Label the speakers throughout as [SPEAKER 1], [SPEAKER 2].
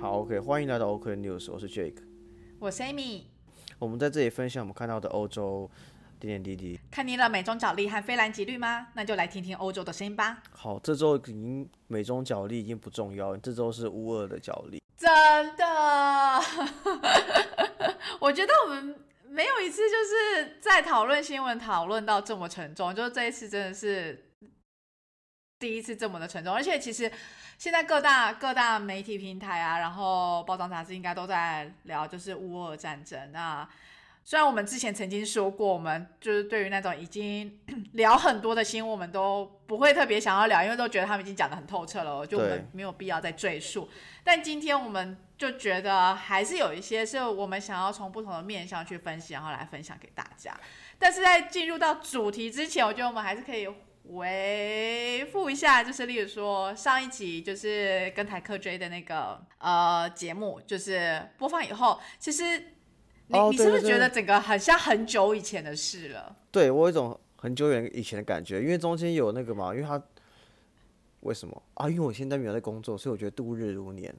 [SPEAKER 1] 好，OK，欢迎来到 OK News，我是 Jake。
[SPEAKER 2] 我是 Amy。
[SPEAKER 1] 我们在这里分享我们看到的欧洲点点滴滴。
[SPEAKER 2] 看腻了美中角力和非蓝即绿吗？那就来听听欧洲的声音吧。
[SPEAKER 1] 好，这周已经美中角力已经不重要，这周是乌俄的角力。
[SPEAKER 2] 真的，我觉得我们没有一次就是在讨论新闻讨论到这么沉重，就这一次真的是第一次这么的沉重。而且其实现在各大媒体平台啊，然后报章杂志应该都在聊就是乌俄战争。那虽然我们之前曾经说过，我们就是对于那种已经聊很多的新闻，我们都不会特别想要聊，因为都觉得他们已经讲得很透彻了，就我们没有必要再赘述。但今天我们就觉得还是有一些是我们想要从不同的面向去分析，然后来分享给大家。但是在进入到主题之前，我觉得我们还是可以回复一下，就是例如说上一集就是跟台客追的那个节目，就是播放以后，其实你是不是觉得整个很像很久以前的事了？
[SPEAKER 1] 对，我有一种很久远以前的感觉，因为中间有那个嘛，因为他为什么啊？因为我现在没有在工作，所以我觉得度日如年。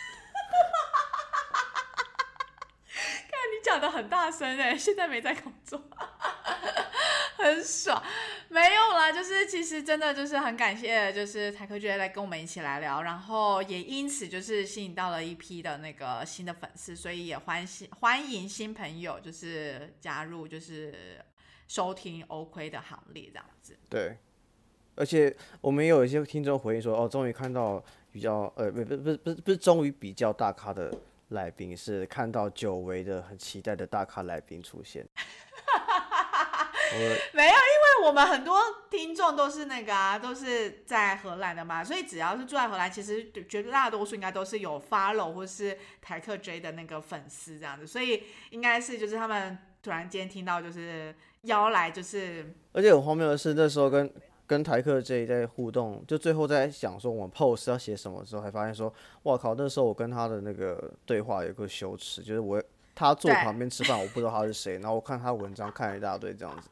[SPEAKER 2] 看你讲的很大声哎，现在没在工作，很爽。没有啦，就是其实真的就是很感谢，就是台客追来跟我们一起来聊，然后也因此就是吸引到了一批的那个新的粉丝，所以也欢迎新朋友就是加入就是收听欧亏的行列这样子。
[SPEAKER 1] 对，而且我们也有一些听众回应说，哦，终于看到比较不是终于比较大咖的来宾，是看到久违的很期待的大咖来宾出现。
[SPEAKER 2] 没有，因为我们很多听众都是那个都是在荷兰的嘛，所以只要是住在荷兰，其实绝大多数应该都是有 follow 或是台客追的那个粉丝这样子，所以应该是就是他们突然间听到就是邀来就是，
[SPEAKER 1] 而且很荒谬的是，那时候跟台客这一在互动，就最后在想说我们 post 要写什么的时候，还发现说，哇靠，那时候我跟他的那个对话有个羞耻，就是他坐旁边吃饭，我不知道他是谁，然后我看他文章看了一大堆这样子。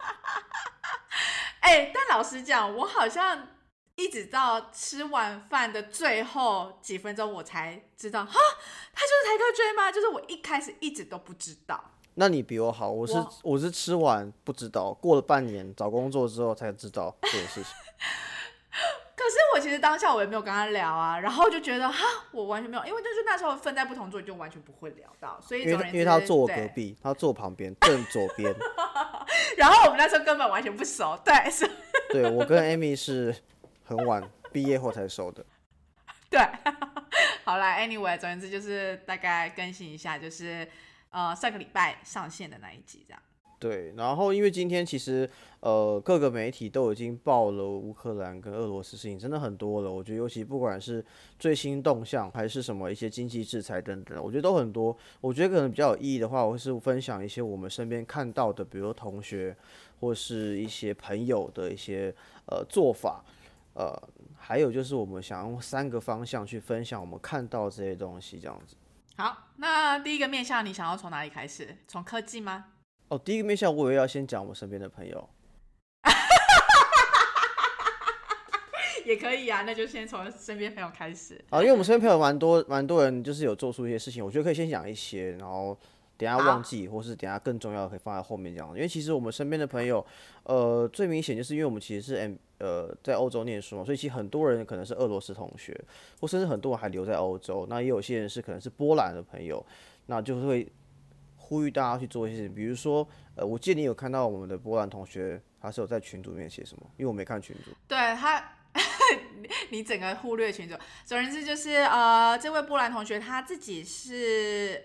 [SPEAKER 2] 但老实讲，我好像一直到吃完饭的最后几分钟，我才知道，哈，他就是台客追吗？就是我一开始一直都不知道。
[SPEAKER 1] 那你比我好，我是吃完不知道，过了半年找工作之后才知道这件事情。
[SPEAKER 2] 可是我其实当下我也没有跟他聊啊，然后就觉得哈，我完全没有，因为就是那时候分在不同座，就完全不会聊到，所以
[SPEAKER 1] 因为他坐我隔壁，他坐我旁边正左边，
[SPEAKER 2] 然后我们那时候根本完全不熟，对，是，
[SPEAKER 1] 对我跟 Amy 是很晚毕业后才熟的，
[SPEAKER 2] 对，好啦 anyway， 总之就是大概更新一下，就是上个礼拜上线的那一集这样。
[SPEAKER 1] 对，然后因为今天其实各个媒体都已经报了乌克兰跟俄罗斯事情，真的很多了。我觉得尤其不管是最新动向，还是什么一些经济制裁等等，我觉得都很多。我觉得可能比较有意义的话，我会是分享一些我们身边看到的，比如说同学或是一些朋友的一些做法，还有就是我们想用3个方向去分享我们看到这些东西，这样子。
[SPEAKER 2] 好，那第一个面向你想要从哪里开始？从科技吗？
[SPEAKER 1] 哦，第一个面向我以为要先讲我身边的朋友，
[SPEAKER 2] 也可以啊，那就先从身边朋友开始。
[SPEAKER 1] 因为我们身边朋友蛮多人就是有做出一些事情，我觉得可以先讲一些，然后等一下忘记，或是等一下更重要的可以放在后面这样。因为其实我们身边的朋友，最明显就是因为我们其实是在欧洲念书嘛，所以其实很多人可能是俄罗斯同学，或甚至很多人还留在欧洲。那也有些人是可能是波兰的朋友，那就是会呼吁大家去做一些事情，比如说，我记得你有看到我们的波兰同学，他是有在群组里面写什么？因为我没看群组。
[SPEAKER 2] 对他，你整个忽略群组。总而言之，就是这位波兰同学他自己是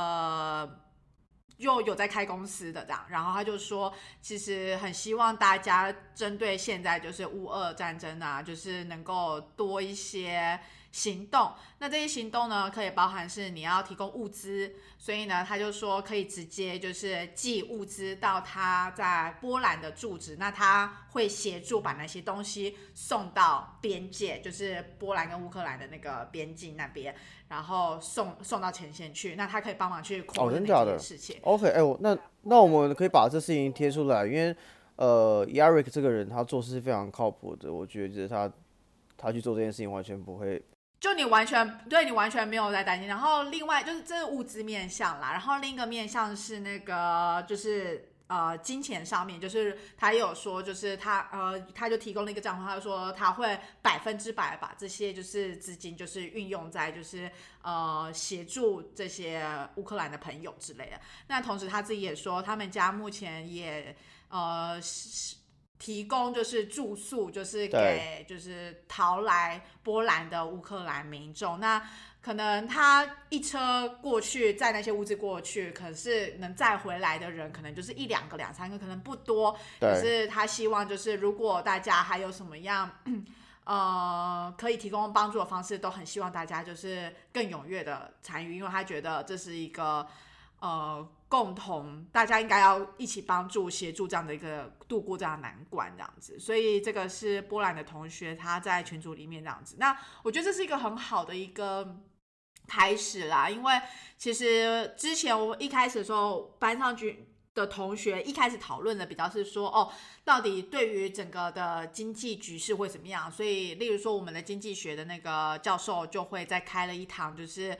[SPEAKER 2] 又有在开公司的这样，然后他就说，其实很希望大家针对现在就是乌俄战争啊，就是能够多一些行动。那这些行动呢，可以包含是你要提供物资，所以呢，他就说可以直接就是寄物资到他在波兰的住址，那他会协助把那些东西送到边界，就是波兰跟乌克兰的那个边境那边，然后送到前线去。那他可以帮忙去扩大这件事情。
[SPEAKER 1] OK， 那我们可以把这事情贴出来，因为Yarik 这个人他做事是非常靠谱的，我觉得他去做这件事情完全不会。
[SPEAKER 2] 就你完全对你完全没有在担心。然后另外就是这是物资面向啦，然后另一个面向是那个就是金钱上面，就是他也有说，就是他就提供了一个账户，他就说他会100%把这些就是资金就是运用在就是协助这些乌克兰的朋友之类的。那同时他自己也说，他们家目前也提供就是住宿，就是给就是逃来波兰的乌克兰民众。那可能他一车过去，载那些物资过去，可是能载回来的人可能就是1、2个、2、3个，可能不多。可是他希望就是如果大家还有什么样可以提供帮助的方式，都很希望大家就是更踊跃的参与，因为他觉得这是一个共同大家应该要一起帮助协助这样的一个度过这样的难关这样子。所以这个是波兰的同学他在群组里面这样子。那我觉得这是一个很好的一个开始啦，因为其实之前我一开始的时候班上的同学一开始讨论的比较是说到底对于整个的经济局势会怎么样。所以例如说我们的经济学的那个教授就会再开了一堂就是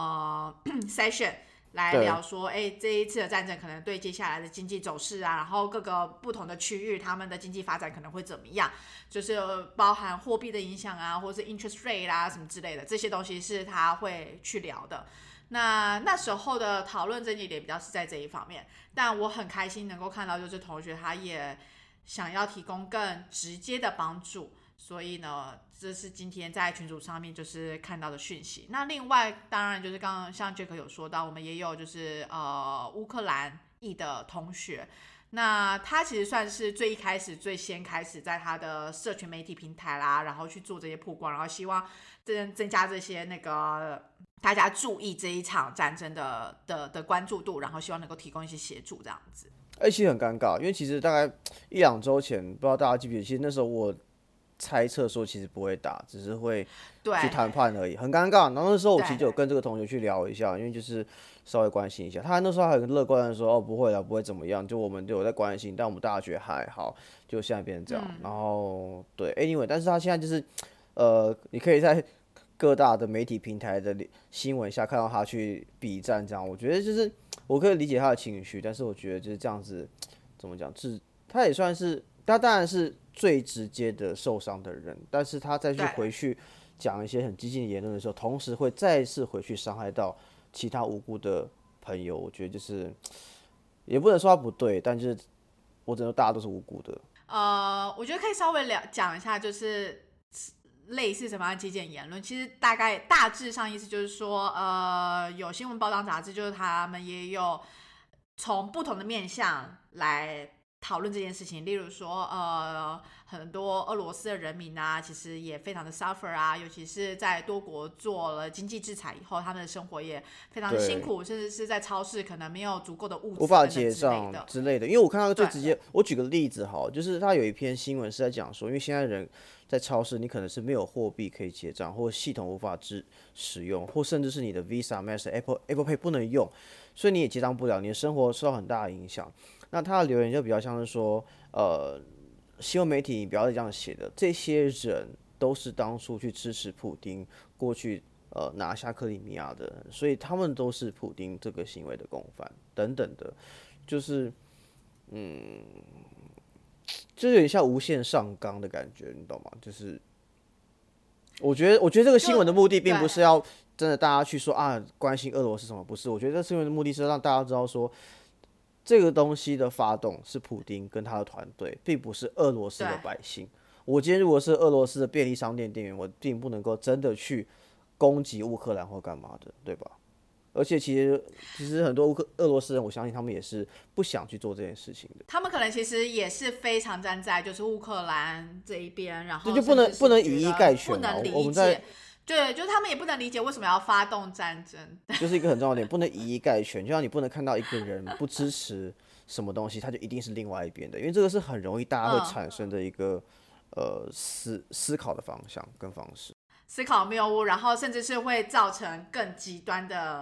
[SPEAKER 2] session来聊说这一次的战争可能对接下来的经济走势啊，然后各个不同的区域他们的经济发展可能会怎么样，就是包含货币的影响啊，或是 interest rate 啦什么之类的，这些东西是他会去聊的。那时候的讨论症结点比较是在这一方面，但我很开心能够看到就是同学他也想要提供更直接的帮助，所以呢这是今天在群组上面就是看到的讯息。那另外当然就是刚刚像 Jack 有说到，我们也有就是乌克兰裔的同学，那他其实算是最先开始在他的社群媒体平台啦，然后去做这些曝光，然后希望增加这些那个大家注意这一场战争的关注度，然后希望能够提供一些协助这样子。
[SPEAKER 1] 其实很尴尬，因为其实大概1、2周前，不知道大家记不记得，其实那时候我猜测说其实不会打，只是会去谈判而已，很尴尬。然后那时候我其实有跟这个同学去聊一下，因为就是稍微关心一下，他那时候还很乐观的说不会啦，不会怎么样，就我们都有在关心，但我们大家觉得还好，就现在变成这样。然后对 anyway， 但是他现在就是你可以在各大的媒体平台的新闻下看到他去比战这样，我觉得就是我可以理解他的情绪，但是我觉得就是这样子怎么讲，他也算是他当然是最直接的受伤的人，但是他再去回去讲一些很激进的言论的时候，同时会再次回去伤害到其他无辜的朋友，我觉得就是也不能说他不对，但就是我只能说大家都是无辜的。
[SPEAKER 2] 我觉得可以稍微讲一下，就是类似什么样的极简言论，其实大致上意思就是说，有新闻报道杂志，就是他们也有从不同的面向来讨论这件事情，例如说，很多俄罗斯的人民啊，其实也非常的 suffer 啊，尤其是在多国做了经济制裁以后，他们的生活也非常的辛苦，甚至是在超市可能没有足够的物资，
[SPEAKER 1] 无法结账之类的。因为我看到最直接，我举个例子好，就是他有一篇新闻是在讲说，因为现在人在超市，你可能是没有货币可以结账，或系统无法使用，或甚至是你的 Visa、Master、Apple Pay 不能用，所以你也结账不了，你的生活受到很大的影响。那他的留言就比较像是说，新闻媒体你不要再这样写的，这些人都是当初去支持普丁过去拿下克里米亚的人，所以他们都是普丁这个行为的共犯等等的，就是就是有点像无限上纲的感觉，你懂吗？就是我觉得这个新闻的目的并不是要真的大家去说关心俄罗斯什么，不是。我觉得这新闻的目的是让大家知道说，这个东西的发动是普丁跟他的团队，并不是俄罗斯的百姓。我今天如果是俄罗斯的便利商店店员，我并不能够真的去攻击乌克兰或干嘛的，对吧？而且其实很多俄罗斯人，我相信他们也是不想去做这件事情的。
[SPEAKER 2] 他们可能其实也是非常站在就是乌克兰这一边，然后
[SPEAKER 1] 这就不能以一概全嘛。我们在
[SPEAKER 2] 对，就是他们也不能理解为什么要发动战争，
[SPEAKER 1] 就是一个很重要的点，不能以一概全。就像你不能看到一个人不支持什么东西，他就一定是另外一边的，因为这个是很容易大家会产生的一个思考的方向跟方式。
[SPEAKER 2] 思考谬误，然后甚至是会造成更极端的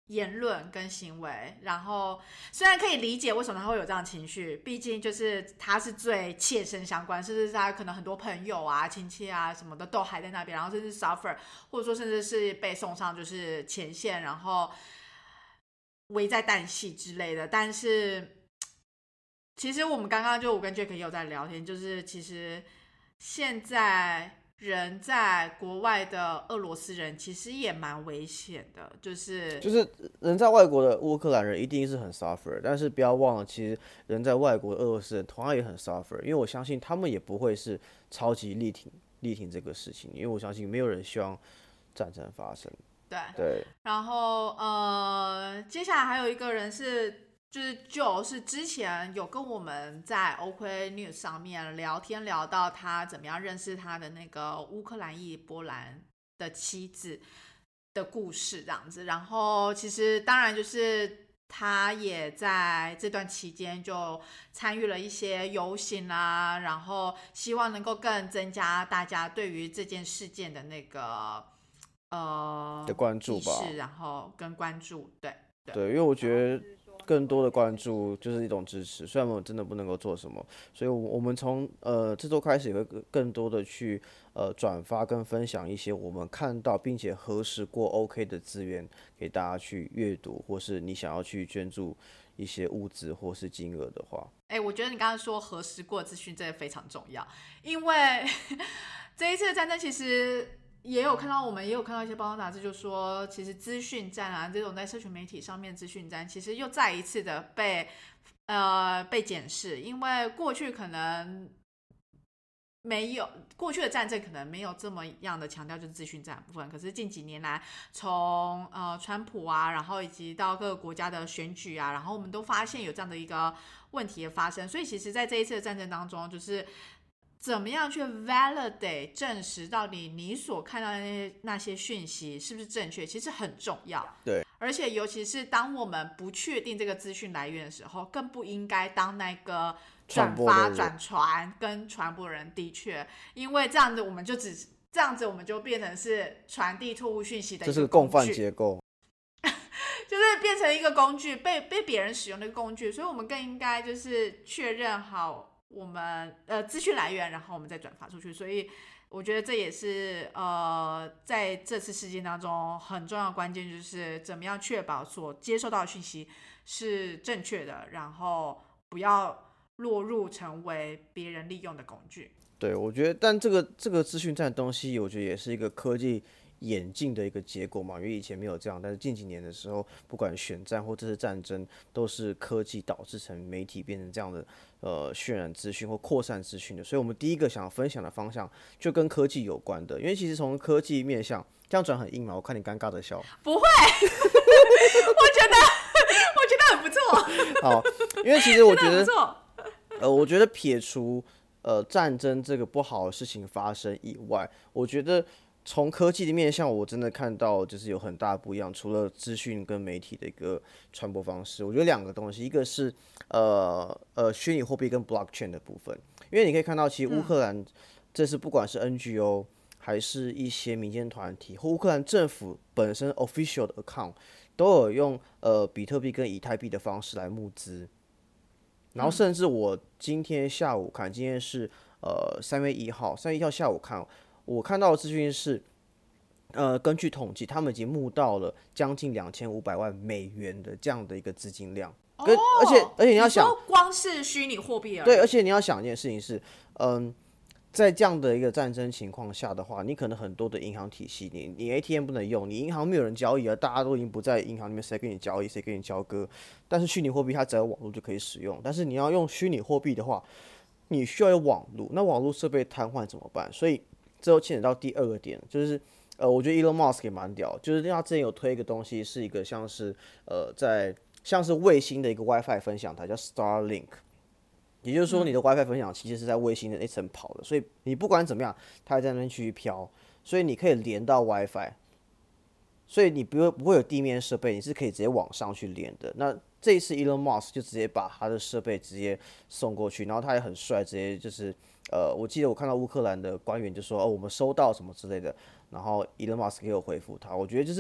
[SPEAKER 2] 言论跟行为，然后虽然可以理解为什么他会有这样的情绪，毕竟就是他是最切身相关，甚至是他可能很多朋友啊、亲戚啊什么的都还在那边，然后甚至 suffer， 或者说甚至是被送上就是前线，然后危在旦夕之类的。但是其实我们刚刚就我跟 Jack 也有在聊天，就是其实现在人在国外的俄罗斯人其实也蛮危险的，就是
[SPEAKER 1] 人在外国的乌克兰人一定是很 suffer， 但是不要忘了，其实人在外国的俄罗斯人同样也很 suffer， 因为我相信他们也不会是超级力挺这个事情，因为我相信没有人希望战争发生。对，
[SPEAKER 2] 然后接下来还有一个人就是之前有跟我们在 OK News 上面聊天聊到他怎么样认识他的那个乌克兰裔波兰的妻子的故事这样子。然后其实当然就是他也在这段期间就参与了一些游行啊，然后希望能够更增加大家对于这件事件的那个
[SPEAKER 1] 的关注吧，
[SPEAKER 2] 意识，然后跟关注，对，
[SPEAKER 1] 因为我觉得更多的关注就是一种支持，虽然我们真的不能够做什么，所以我们从这周开始也会更多的去转发跟分享一些我们看到并且核实过 OK 的资源给大家去阅读，或是你想要去捐助一些物资或是金额的话。
[SPEAKER 2] 我觉得你刚刚说核实过的资讯真的非常重要，因为这一次的战争其实我们也有看到一些报道杂志，就说其实资讯战啊，这种在社群媒体上面资讯战，其实又再一次的被检视，因为过去可能没有，过去的战争可能没有这么样的强调就是资讯战的部分，可是近几年来，从川普啊，然后以及到各个国家的选举啊，然后我们都发现有这样的一个问题的发生，所以其实在这一次的战争当中，就是怎么样去 validate 证实到底你所看到的那些讯息是不是正确，其实很重要。
[SPEAKER 1] 对，
[SPEAKER 2] 而且尤其是当我们不确定这个资讯来源的时候，更不应该当那个转发、转传跟传播人。的确，因为这样子我们就变成是传递错误讯息的一个工具，
[SPEAKER 1] 这是个共犯结构。
[SPEAKER 2] 就是变成一个工具，被别人使用的一个工具，所以我们更应该就是确认好我们资讯来源，然后我们再转发出去。所以我觉得这也是在这次事件当中很重要的关键，就是怎么样确保所接受到的讯息是正确的，然后不要落入成为别人利用的工具。
[SPEAKER 1] 对，我觉得，但这个资讯战的东西，我觉得也是一个科技演进的一个结果嘛，因为以前没有这样，但是近几年的时候，不管选战或这次战争，都是科技导致成媒体变成这样的渲染资讯或扩散资讯的。所以我们第一个想要分享的方向就跟科技有关的，因为其实从科技面向这样转很硬嘛，我看你尴尬的笑。
[SPEAKER 2] 不会，我觉得很不错。
[SPEAKER 1] 好，因为其实我觉得，
[SPEAKER 2] 不错
[SPEAKER 1] 我觉得撇除战争这个不好的事情发生以外，我觉得从科技的面向，我真的看到就是有很大的不一样。除了资讯跟媒体的一个传播方式，我觉得两个东西，一个是虚拟货币跟 blockchain 的部分，因为你可以看到，其实乌克兰这是不管是 NGO 还是一些民间团体或乌克兰政府本身 official 的 account 都有用比特币跟以太币的方式来募资。然后甚至我今天下午看，今天是3月1号下午看，我看到的资讯是，根据统计，他们已经募到了将近$2500万的这样的一个资金量。而且你要想，
[SPEAKER 2] 你说光是虚拟货币而已。
[SPEAKER 1] 对，而且你要想一件事情是，在这样的一个战争情况下的话，你可能很多的银行体系，你 ATM 不能用，你银行没有人交易啊，大家都已经不在银行里面，谁跟你交易，谁跟你交割？但是虚拟货币它只要有网络就可以使用，但是你要用虚拟货币的话，你需要有网络，那网络设备瘫痪怎么办？所以这又牵扯到第二个点，就是我觉得 Elon Musk 也蛮屌，就是他之前有推一个东西，是一个像是像是卫星的一个 WiFi 分享台，叫 Starlink。也就是说，你的 WiFi 分享器其实是在卫星的那层跑的，所以你不管怎么样，它还在那边继续飘，所以你可以连到 WiFi， 所以你不会有地面设备，你是可以直接往上去连的。那这一次 Elon Musk 就直接把他的设备直接送过去，然后他也很帅，直接就是我记得我看到乌克兰的官员就说我们收到什么之类的，然后 Elon Musk 也有回复他，我觉得就是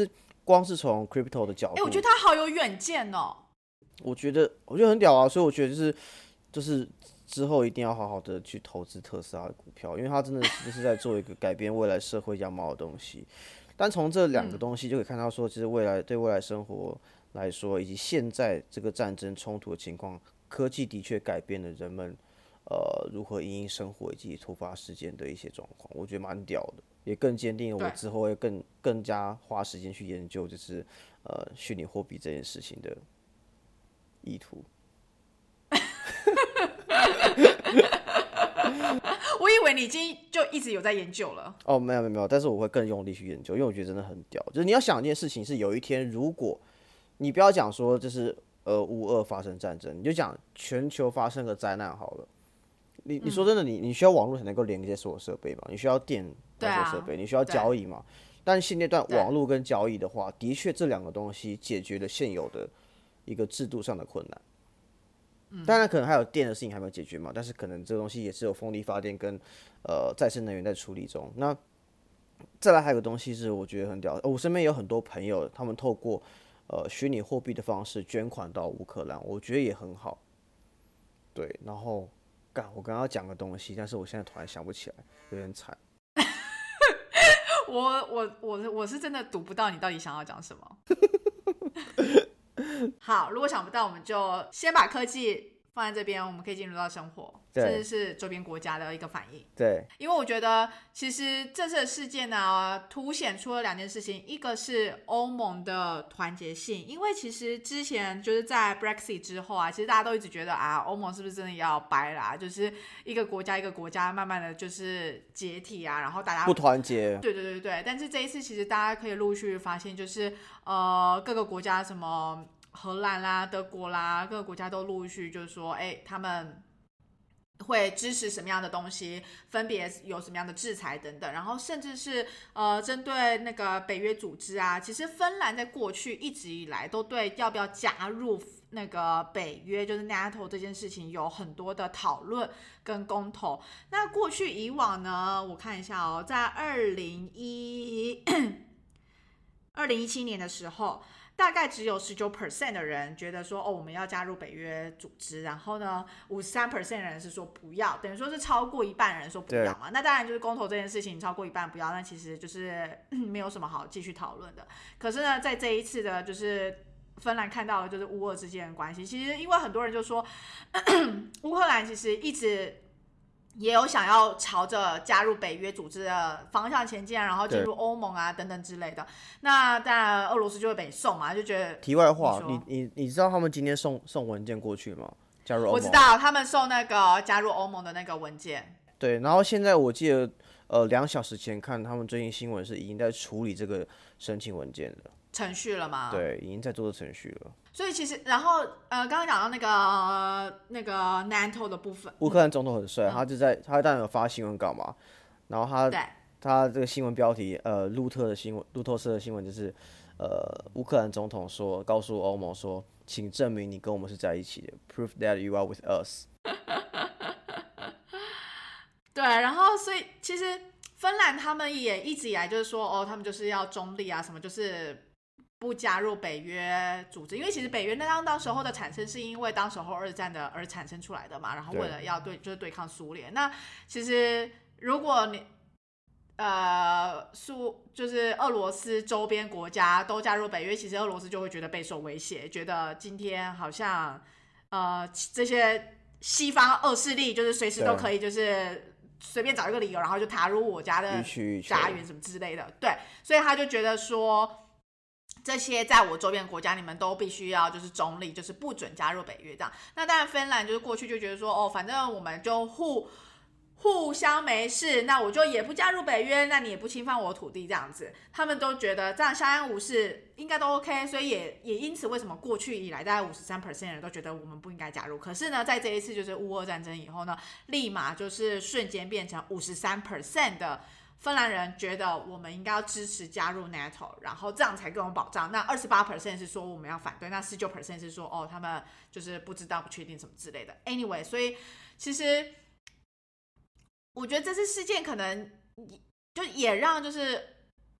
[SPEAKER 1] 光是从 crypto 的角度，
[SPEAKER 2] 我觉得他好有远见哦。
[SPEAKER 1] 我觉得很屌啊，所以我觉得就是之后一定要好好的去投资特斯拉的股票，因为它真的就是在做一个改变未来社会样貌的东西。但从这两个东西就可以看到说，其实对未来生活来说，以及现在这个战争冲突的情况，科技的确改变了人们如何因应生活以及突发事件的一些状况，我觉得蛮屌的，也更坚定了我之后会更加花时间去研究，就是虚拟货币这件事情的意图。
[SPEAKER 2] 我以为你已经就一直有在研究了。
[SPEAKER 1] 哦，没有，但是我会更用力去研究，因为我觉得真的很屌。就是你要想一件事情，是有一天如果你不要讲说就是乌俄发生战争，你就讲全球发生个灾难好了。你说真的，你需要网络才能够连接所有设备嘛？你需要电来做设备，你需要交易嘛？但现阶段网络跟交易的话，的确这两个东西解决了现有的一个制度上的困难。当然可能还有电的事情还没有解决嘛，但是可能这个东西也是有风力发电跟再生能源在处理中。那再来还有个东西是我觉得很屌我身边有很多朋友，他们透过虚拟货币的方式捐款到乌克兰，我觉得也很好。对，然后我刚刚讲个东西，但是我现在突然想不起来，有点惨。
[SPEAKER 2] 我是真的读不到你到底想要讲什么。好，如果想不到，我们就先把科技放在这边，我们可以进入到生活，甚至是周边国家的一个反应。
[SPEAKER 1] 对，
[SPEAKER 2] 因为我觉得其实这次的事件呢，凸显出了两件事情，一个是欧盟的团结性，因为其实之前就是在 Brexit 之后啊，其实大家都一直觉得啊，欧盟是不是真的要掰啦？就是一个国家一个国家慢慢的就是解体啊，然后大家
[SPEAKER 1] 不团结。
[SPEAKER 2] 对。但是这一次其实大家可以陆续发现，就是各个国家什么荷兰啦、德国啦，各个国家都陆续就是说，他们会支持什么样的东西，分别有什么样的制裁等等，然后甚至是针对那个北约组织啊，其实芬兰在过去一直以来都对要不要加入那个北约，就是 NATO 这件事情有很多的讨论跟公投。那过去以往呢，我看一下哦，在2017年的时候，大概只有19% 的人觉得说我们要加入北约组织，然后呢53% 的人是说不要，等于说是超过一半的人说不要嘛。那当然就是公投这件事情超过一半不要，那其实就是没有什么好继续讨论的。可是呢，在这一次的就是芬兰看到的就是乌俄之间的关系，其实因为很多人就说乌克兰其实一直也有想要朝着加入北约组织的方向前进，然后进入欧盟啊等等之类的。那当然俄罗斯就会北送嘛，就觉得。
[SPEAKER 1] 题外话，你知道他们今天送文件过去吗？加入欧盟。
[SPEAKER 2] 我知道他们送那个加入欧盟的那个文件。
[SPEAKER 1] 对，然后现在我记得2小时前看他们最近新闻是已经在处理这个申请文件的
[SPEAKER 2] 程序了吗？
[SPEAKER 1] 对，已经在做程序了。
[SPEAKER 2] 所以其实，然后刚刚讲到那个 NATO 的部分，
[SPEAKER 1] 乌克兰总统很帅，他当然有发新闻稿嘛，然后他这个新闻标题路透社的新闻就是乌克兰总统说告诉欧盟说，请证明你跟我们是在一起的 ，prove that you are with us。
[SPEAKER 2] 对，然后所以其实芬兰他们也一直以来就是说他们就是要中立啊，什么就是不加入北约组织，因为其实北约当时候的产生是因为当时候二战的而产生出来的嘛，然后为了要就是对抗苏联。那其实如果你就是俄罗斯周边国家都加入北约，其实俄罗斯就会觉得备受威胁，觉得今天好像这些西方恶势力就是随时都可以就是随便找一个理由，然后就踏入我家的家园什么之类的。对，所以他就觉得说，这些在我周边的国家，你们都必须要就是中立，就是不准加入北约这样。那当然，芬兰就是过去就觉得说，反正我们就互相没事，那我就也不加入北约，那你也不侵犯我土地这样子，他们都觉得这样相安无事，应该都 OK， 所以也因此为什么过去以来大概53% 的人都觉得我们不应该加入，可是呢，在这一次就是乌俄战争以后呢，立马就是瞬间变成53% 的芬兰人觉得我们应该要支持加入 NATO， 然后这样才更有保障。那28% 是说我们要反对，那19% 是说他们就是不知道不确定什么之类的。Anyway， 所以其实我觉得这次事件可能就也让就是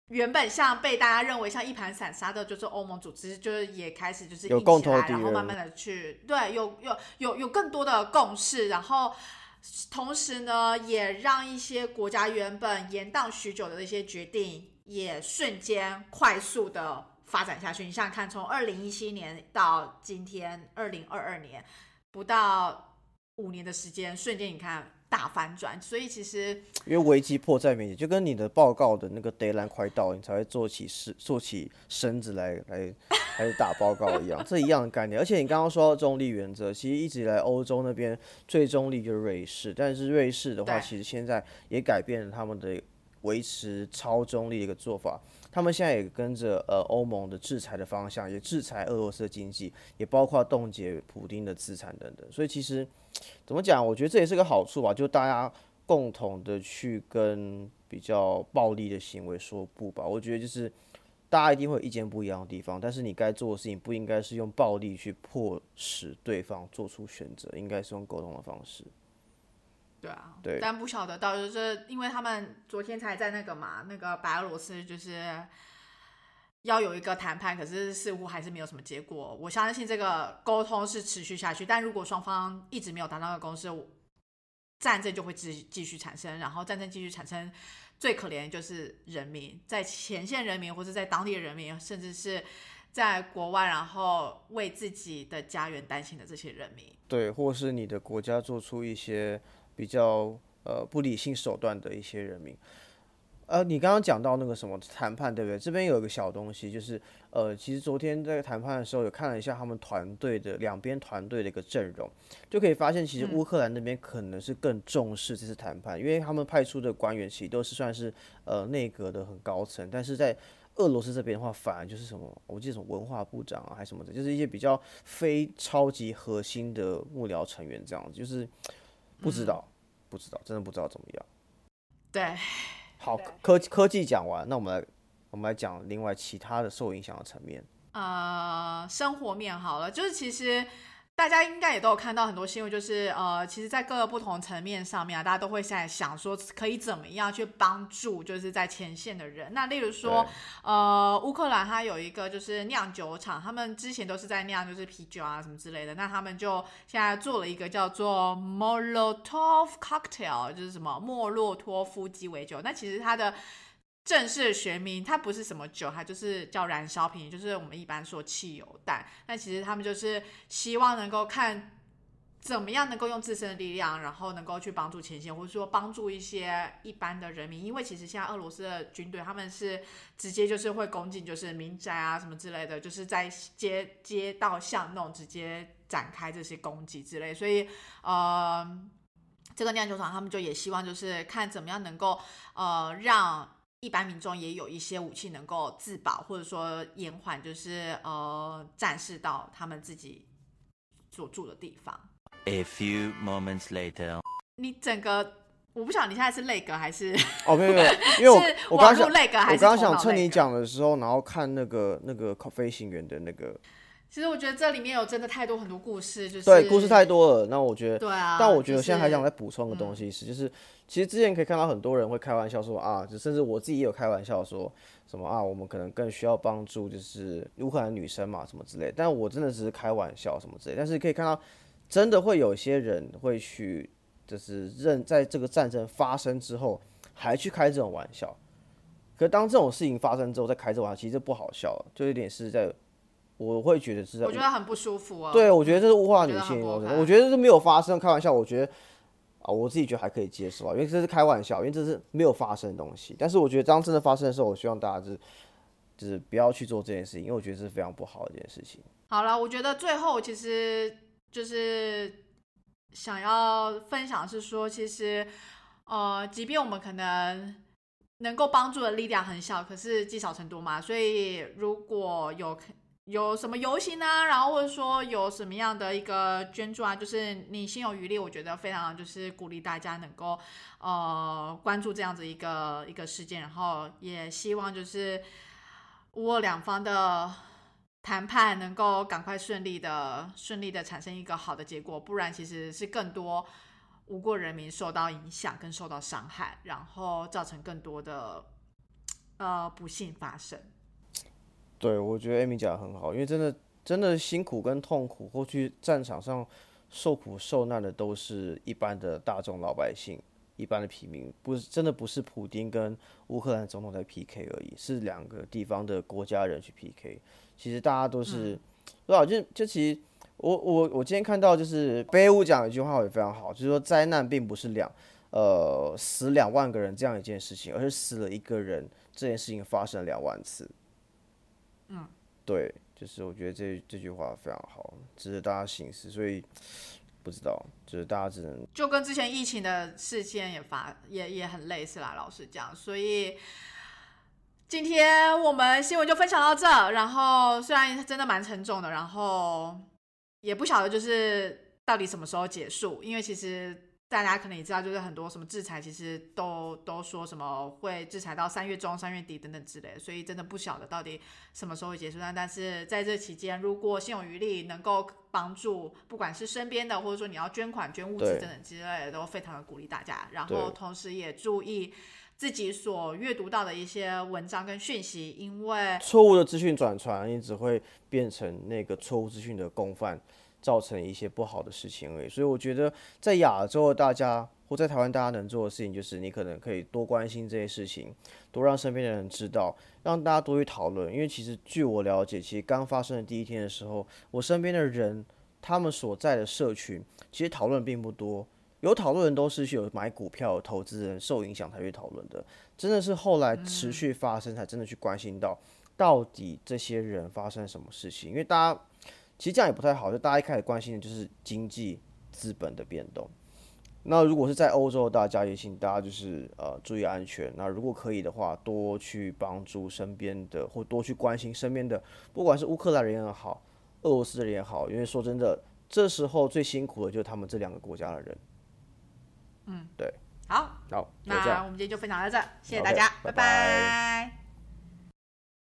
[SPEAKER 2] 原本像被大家认为像一盘散沙的，就是欧盟组织，就是也开始就是
[SPEAKER 1] 有共同的敌人，
[SPEAKER 2] 然后慢慢的去对有更多的共识，然后同时呢，也让一些国家原本延宕许久的一些决定，也瞬间快速的发展下去。你想想看，从2017年到今天2022年，不到5年的时间，瞬间你看大反转。所以其实
[SPEAKER 1] 因为危机迫在眉睫，就跟你的报告的那个 deadline 快到，你才会做起身子来打报告一样，这一样的概念。而且你刚刚说到中立原则，其实一直以来欧洲那边最中立就是瑞士，但是瑞士的话，其实现在也改变了他们的维持超中立的一个做法。他们现在也跟着欧盟的制裁的方向，也制裁俄罗斯的经济，也包括冻结普丁的资产等等。所以其实怎么讲，我觉得这也是个好处吧，就大家共同的去跟比较暴力的行为说不吧。我觉得就是大家一定会有意见不一样的地方，但是你该做的事情不应该是用暴力去迫使对方做出选择，应该是用沟通的方式。
[SPEAKER 2] 对啊，
[SPEAKER 1] 对，
[SPEAKER 2] 但不晓得到就是因为他们昨天才在那个白俄罗斯就是要有一个谈判，可是似乎还是没有什么结果。我相信这个沟通是持续下去，但如果双方一直没有达到那个共识，战争就会继续产生，然后战争继续产生，最可怜的就是人民，在前线人民或者在当地的人民，甚至是在国外然后为自己的家园担心的这些人民。
[SPEAKER 1] 对，或是你的国家做出一些比较不理性手段的一些人民。你刚刚讲到那个什么谈判，对不对？这边有一个小东西，就是其实昨天在谈判的时候有看了一下他们团队的两边团队的一个阵容，就可以发现其实乌克兰那边可能是更重视这次谈判，因为他们派出的官员其实都是算是内阁的很高层，但是在俄罗斯这边的话，反而就是什么，我记得什么文化部长啊，还是什么的，就是一些比较非超级核心的幕僚成员这样子，就是不知道，真的不知道怎么样。
[SPEAKER 2] 对。
[SPEAKER 1] 好，科技讲完，那我们来讲另外其他的受影响的层面。
[SPEAKER 2] 生活面好了，就是其实大家应该也都有看到很多新闻，就是其实，在各个不同层面上面大家都会在想说，可以怎么样去帮助，就是在前线的人。那例如说，乌克兰它有一个就是酿酒厂，他们之前都是在酿就是啤酒啊什么之类的，那他们就现在做了一个叫做 Molotov Cocktail， 就是什么莫洛托夫鸡尾酒。那其实它的正式的学名它不是什么酒，它就是叫燃烧瓶，就是我们一般说汽油弹。那其实他们就是希望能够看怎么样能够用自身的力量，然后能够去帮助前线，或者说帮助一些一般的人民。因为其实现在俄罗斯的军队他们是直接就是会攻进就是民宅啊什么之类的，就是在街道巷弄直接展开这些攻击之类，所以这个酿酒厂他们就也希望就是看怎么样能够让一般民众也有一些武器能够自保，或者说延缓就是战事到他们自己所住的地方。
[SPEAKER 3] A few moments later，
[SPEAKER 2] 你整个我不晓得你现在是累格还是
[SPEAKER 1] 没有，因为我刚
[SPEAKER 2] 刚
[SPEAKER 1] 想趁你讲的时候，然后看那个飞行员的那个。
[SPEAKER 2] 其实我觉得这里面有真的太多很多故事，就是
[SPEAKER 1] 对，故事太多了。那我觉得，
[SPEAKER 2] 对啊。
[SPEAKER 1] 但我觉得现在还想再补充个东西是，就是其实之前可以看到很多人会开玩笑说啊，甚至我自己也有开玩笑说什么啊，我们可能更需要帮助，就是乌克兰女生嘛什么之类的。但我真的只是开玩笑什么之类的。但是可以看到，真的会有些人会去，就是在这个战争发生之后还去开这种玩笑。可当这种事情发生之后再开这种玩笑，其实不好笑，就有点是在。我会觉得是在，
[SPEAKER 2] 我觉得很不舒服啊。
[SPEAKER 1] 对，我觉得这是物化女性，我觉得这没有发生，开玩笑，我觉得我自己觉得还可以接受啊，因为这是开玩笑，因为这是没有发生的东西。但是我觉得当真的发生的时候，我希望大家就是不要去做这件事情，因为我觉得这是非常不好的一件事情。
[SPEAKER 2] 好了，我觉得最后其实就是想要分享的是说，其实即便我们可能能够帮助的力量很小，可是积少成多嘛，所以如果有什么游行啊，然后或者说有什么样的一个捐助啊，就是你心有余力，我觉得非常就是鼓励大家能够关注这样子一个事件，然后也希望就是乌俄两方的谈判能够赶快顺利的产生一个好的结果，不然其实是更多无辜人民受到影响跟受到伤害，然后造成更多的不幸发生。
[SPEAKER 1] 对，我觉得 Amy 讲的很好，因为真的辛苦跟痛苦，或去战场上受苦受难的都是一般的大众老百姓，一般的平民，真的不是普丁跟乌克兰总统在 PK 而已，是两个地方的国家人去 PK。其实大家都是，不知道就其实我今天看到就是北欧讲一句话也非常好，就是说灾难并不是死2万个人这样一件事情，而是死了一个人这件事情发生了2万次。对，就是我觉得这句话非常好，值得大家省思。所以不知道，就是大家只能
[SPEAKER 2] 就跟之前疫情的事件也很类似啦，老实讲。所以今天我们新闻就分享到这，然后虽然真的蛮沉重的，然后也不晓得就是到底什么时候结束，因为其实大家可能也知道，就是很多什么制裁，其实都说什么会制裁到3月中、3月底等等之类的，所以真的不晓得到底什么时候会结束。但是在这期间，如果心有余力，能够帮助，不管是身边的，或者说你要捐款、捐物资等等之类的，都非常的鼓励大家。然后同时也注意自己所阅读到的一些文章跟讯息，因为
[SPEAKER 1] 错误的资讯转传，你只会变成那个错误资讯的共犯，造成一些不好的事情而已。所以我觉得在亚洲的大家或在台湾大家能做的事情，就是你可能可以多关心这些事情，多让身边的人知道，让大家多去讨论。因为其实据我了解，其实刚发生的第一天的时候，我身边的人他们所在的社群其实讨论并不多。有讨论的都是有买股票的投资人受影响才去讨论的，真的是后来持续发生才真的去关心到底这些人发生什么事情。因为大家其实这样也不太好，就大家一开始关心的就是经济资本的变动。那如果是在欧洲的大家，也请大家就是注意安全。那如果可以的话，多去帮助身边的，或多去关心身边的，不管是乌克兰人也好，俄罗斯人也好，因为说真的，这时候最辛苦的就是他们这两个国家的人。对，
[SPEAKER 2] 好，
[SPEAKER 1] 好，
[SPEAKER 2] 那我们今天就分享到这，谢谢大家，
[SPEAKER 1] 拜
[SPEAKER 2] 拜拜。